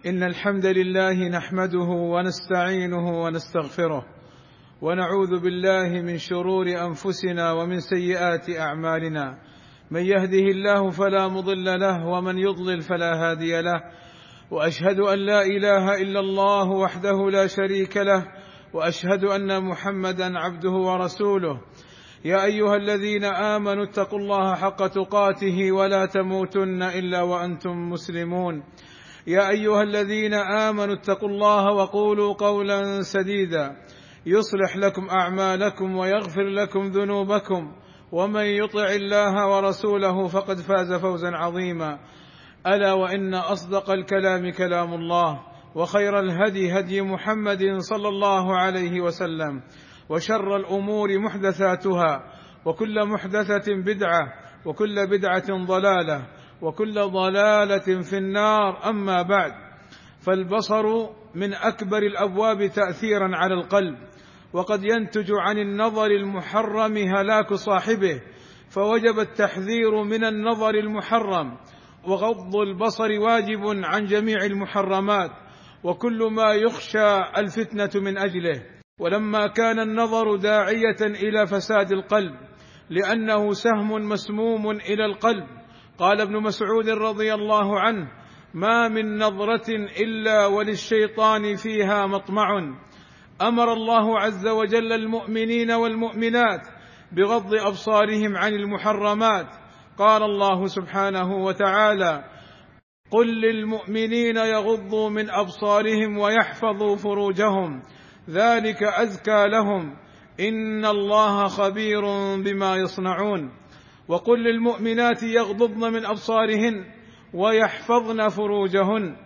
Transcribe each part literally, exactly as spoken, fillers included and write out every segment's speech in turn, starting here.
إن الحمد لله نحمده ونستعينه ونستغفره، ونعوذ بالله من شرور أنفسنا ومن سيئات أعمالنا. من يهده الله فلا مضل له، ومن يضلل فلا هادي له. وأشهد أن لا إله إلا الله وحده لا شريك له، وأشهد أن محمدا عبده ورسوله. يا أيها الذين آمنوا اتقوا الله حق تقاته ولا تموتن إلا وأنتم مسلمون. يا أيها الذين آمنوا اتقوا الله وقولوا قولا سديدا يصلح لكم أعمالكم ويغفر لكم ذنوبكم، ومن يطع الله ورسوله فقد فاز فوزا عظيما. ألا وإن أصدق الكلام كلام الله، وخير الهدي هدي محمد صلى الله عليه وسلم، وشر الأمور محدثاتها، وكل محدثة بدعة، وكل بدعة ضلالة، وكل ضلالة في النار. أما بعد، فالبصر من أكبر الأبواب تأثيرا على القلب، وقد ينتج عن النظر المحرم هلاك صاحبه، فوجب التحذير من النظر المحرم. وغض البصر واجب عن جميع المحرمات، وكل ما يخشى الفتنة من أجله. ولما كان النظر داعية إلى فساد القلب، لأنه سهم مسموم إلى القلب، قال ابن مسعود رضي الله عنه: ما من نظرة إلا وللشيطان فيها مطمع. أمر الله عز وجل المؤمنين والمؤمنات بغض أبصارهم عن المحرمات. قال الله سبحانه وتعالى: قل للمؤمنين يغضوا من أبصارهم ويحفظوا فروجهم ذلك أزكى لهم إن الله خبير بما يصنعون. وقل للمؤمنات يغضضن من أبصارهن ويحفظن فروجهن،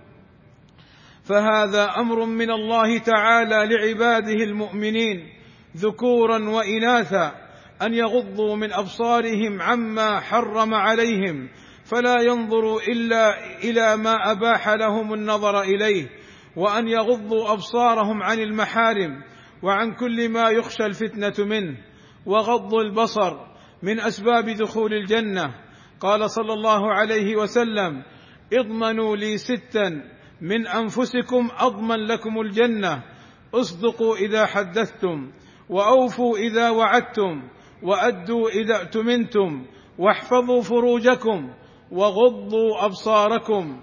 فهذا أمر من الله تعالى لعباده المؤمنين ذكورا وإناثا أن يغضوا من أبصارهم عما حرم عليهم، فلا ينظروا إلا إلى ما أباح لهم النظر إليه، وأن يغضوا أبصارهم عن المحارم وعن كل ما يخشى الفتنة منه. وغض البصر من أسباب دخول الجنة. قال صلى الله عليه وسلم: اضمنوا لي ستا من أنفسكم أضمن لكم الجنة: اصدقوا إذا حدثتم، وأوفوا إذا وعدتم، وأدوا إذا اؤتمنتم، واحفظوا فروجكم، وغضوا أبصاركم،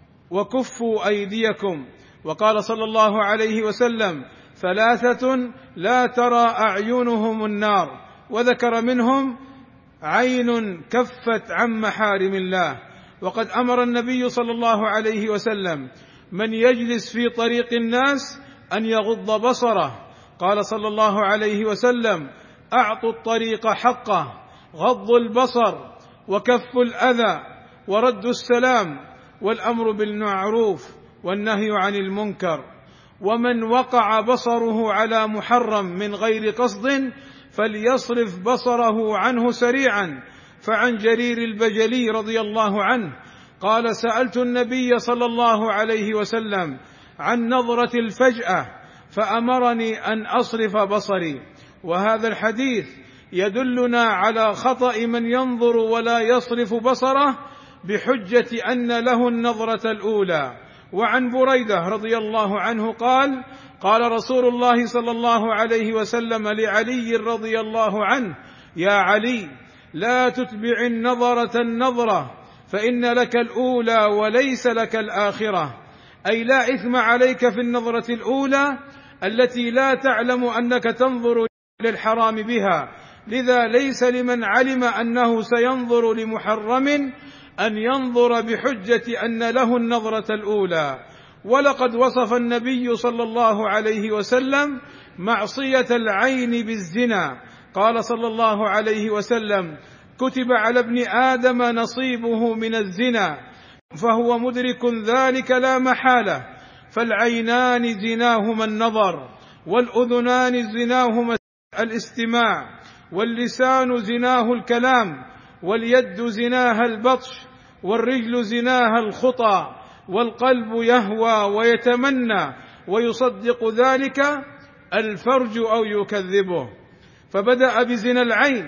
وكفوا أيديكم. وقال صلى الله عليه وسلم: ثلاثة لا ترى أعينهم النار، وذكر منهم عين كفت عن محارم الله. وقد أمر النبي صلى الله عليه وسلم من يجلس في طريق الناس أن يغض بصره. قال صلى الله عليه وسلم: أعطوا الطريق حقه، غض البصر، وكف الأذى، ورد السلام، والأمر بالمعروف، والنهي عن المنكر. ومن وقع بصره على محرم من غير قصد فليصرف بصره عنه سريعا. فعن جرير البجلي رضي الله عنه قال: سألت النبي صلى الله عليه وسلم عن نظرة الفجأة فأمرني أن أصرف بصري. وهذا الحديث يدلنا على خطأ من ينظر ولا يصرف بصره بحجة أن له النظرة الأولى. وعن بريدة رضي الله عنه قال: قال رسول الله صلى الله عليه وسلم لعلي رضي الله عنه: يا علي، لا تتبع النظرة النظرة، فإن لك الأولى وليس لك الآخرة. أي لا إثم عليك في النظرة الأولى التي لا تعلم أنك تنظر للحرام بها، لذا ليس لمن علم أنه سينظر لمحرم أن ينظر بحجة أن له النظرة الأولى. ولقد وصف النبي صلى الله عليه وسلم معصية العين بالزنا. قال صلى الله عليه وسلم: كتب على ابن آدم نصيبه من الزنا، فهو مدرك ذلك لا محالة. فالعينان زناهما النظر، والأذنان زناهما الاستماع، واللسان زناه الكلام، واليد زناها البطش، والرجل زناها الخطى، والقلب يهوى ويتمنى ويصدق ذلك الفرج أو يكذبه. فبدأ بزنا العين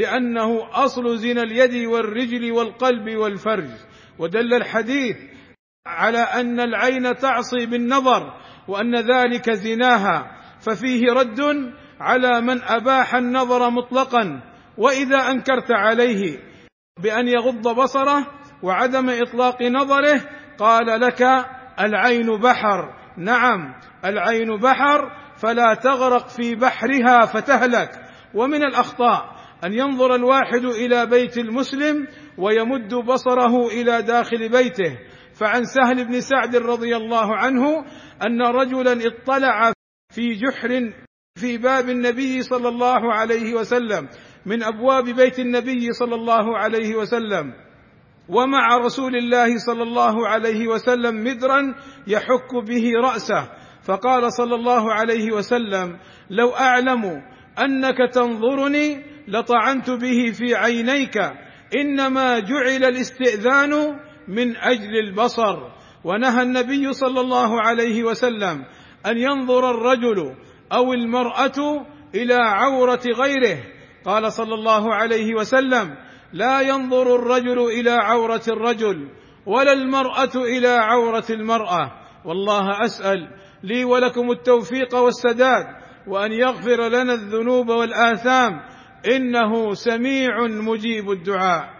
لأنه أصل زنا اليد والرجل والقلب والفرج. ودل الحديث على أن العين تعصي بالنظر وأن ذلك زناها، ففيه رد على من أباح النظر مطلقا، وإذا أنكرت عليه بأن يغض بصره وعدم إطلاق نظره قال لك العين بحر. نعم، العين بحر، فلا تغرق في بحرها فتهلك. ومن الأخطاء أن ينظر الواحد إلى بيت المسلم ويمد بصره إلى داخل بيته، فعن سهل بن سعد رضي الله عنه أن رجلا اطلع في جحر في باب النبي صلى الله عليه وسلم من أبواب بيت النبي صلى الله عليه وسلم، ومع رسول الله صلى الله عليه وسلم مدرا يحك به رأسه، فقال صلى الله عليه وسلم: لو أعلم أنك تنظرني لطعنت به في عينيك، إنما جعل الاستئذان من أجل البصر. ونهى النبي صلى الله عليه وسلم أن ينظر الرجل أو المرأة إلى عورة غيره، قال صلى الله عليه وسلم: لا ينظر الرجل إلى عورة الرجل ولا المرأة إلى عورة المرأة. والله أسأل لي ولكم التوفيق والسداد، وأن يغفر لنا الذنوب والآثام، إنه سميع مجيب الدعاء.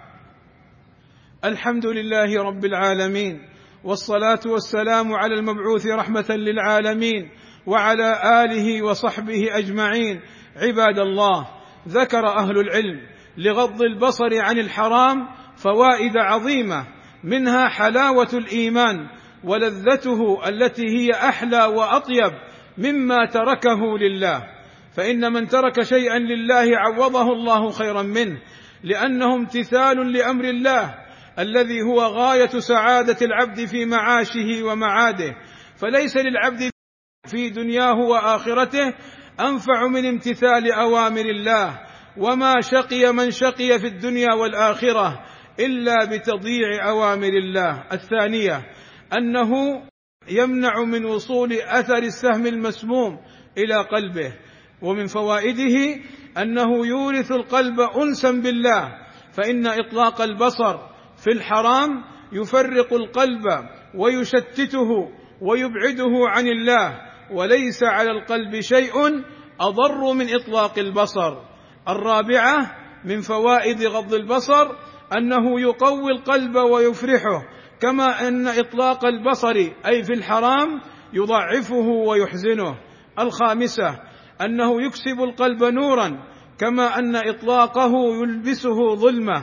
الحمد لله رب العالمين، والصلاة والسلام على المبعوث رحمة للعالمين وعلى آله وصحبه أجمعين. عباد الله، ذكر أهل العلم لغض البصر عن الحرام فوائد عظيمة، منها حلاوة الإيمان ولذته التي هي أحلى وأطيب مما تركه لله، فإن من ترك شيئا لله عوضه الله خيرا منه، لأنه امتثال لأمر الله الذي هو غاية سعادة العبد في معاشه ومعاده، فليس للعبد في دنياه وآخرته أنفع من امتثال أوامر الله، وما شقي من شقي في الدنيا والآخرة إلا بتضييع أوامر الله. الثانية أنه يمنع من وصول أثر السهم المسموم إلى قلبه، ومن فوائده أنه يورث القلب أنسا بالله، فإن إطلاق البصر في الحرام يفرق القلب ويشتته ويبعده عن الله، وليس على القلب شيء أضر من إطلاق البصر. الرابعة من فوائد غض البصر أنه يقوي القلب ويفرحه، كما أن إطلاق البصر أي في الحرام يضعفه ويحزنه. الخامسة أنه يكسب القلب نورا، كما أن إطلاقه يلبسه ظلمة.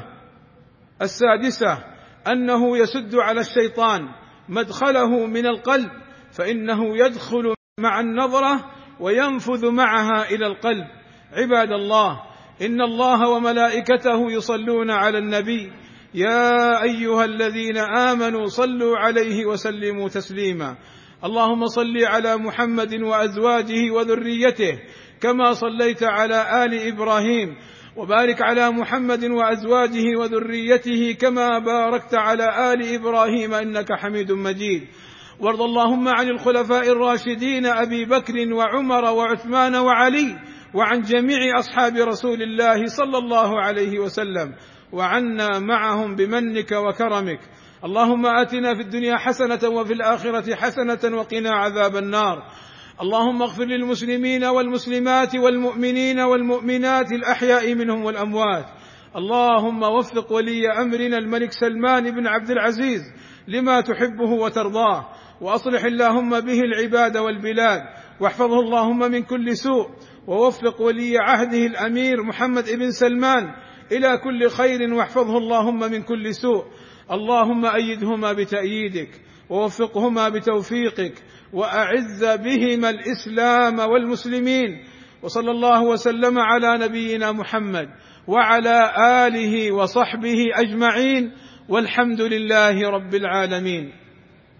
السادسة أنه يسد على الشيطان مدخله من القلب، فإنه يدخل مع النظرة وينفذ معها إلى القلب. عباد الله، إن الله وملائكته يصلون على النبي، يا أيها الذين آمنوا صلوا عليه وسلموا تسليما. اللهم صل على محمد وأزواجه وذريته كما صليت على آل إبراهيم، وبارك على محمد وأزواجه وذريته كما باركت على آل إبراهيم إنك حميد مجيد. وارض اللهم عن الخلفاء الراشدين أبي بكر وعمر وعثمان وعلي، وعن جميع أصحاب رسول الله صلى الله عليه وسلم، وعنا معهم بمنك وكرمك. اللهم آتنا في الدنيا حسنة وفي الآخرة حسنة وقنا عذاب النار. اللهم اغفر للمسلمين والمسلمات والمؤمنين والمؤمنات الأحياء منهم والأموات. اللهم وفق ولي أمرنا الملك سلمان بن عبد العزيز لما تحبه وترضاه، وأصلح اللهم به العباد والبلاد، واحفظه اللهم من كل سوء، ووفق ولي عهده الأمير محمد بن سلمان إلى كل خير، واحفظه اللهم من كل سوء. اللهم أيدهما بتأييدك، ووفقهما بتوفيقك، وأعز بهما الإسلام والمسلمين. وصلى الله وسلم على نبينا محمد وعلى آله وصحبه أجمعين، والحمد لله رب العالمين.